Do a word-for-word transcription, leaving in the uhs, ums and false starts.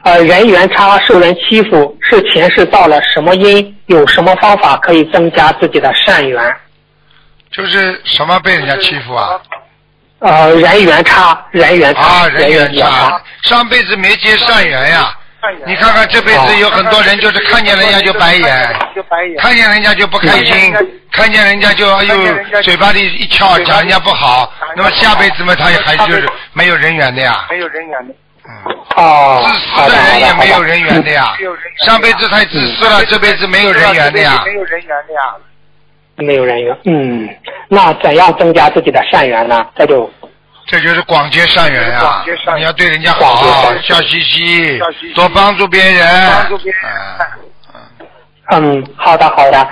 呃，人缘差，受人欺负，是前世造了什么因？有什么方法可以增加自己的善缘？ 就是什么被人家欺负啊？ 呃，人缘差，人缘差， 啊，人缘缘差，上辈子没结善缘呀。你看看这辈子有很多人就是看见人家就白眼，看见人家就不开心，看见人家就哎呦嘴巴里一翘讲人家不好，那么下辈子嘛他也还就是没有人缘的呀。没有人缘的。嗯。 哦。 自私的人也没有人缘的呀。上辈子太自私了，这辈子没有人缘的呀。没有人缘的呀。 没有人缘。嗯。那怎样增加自己的善缘呢？这就。 这就是广结善缘啊！你要对人家好，笑嘻嘻，多帮助别人。 嗯，好的好的。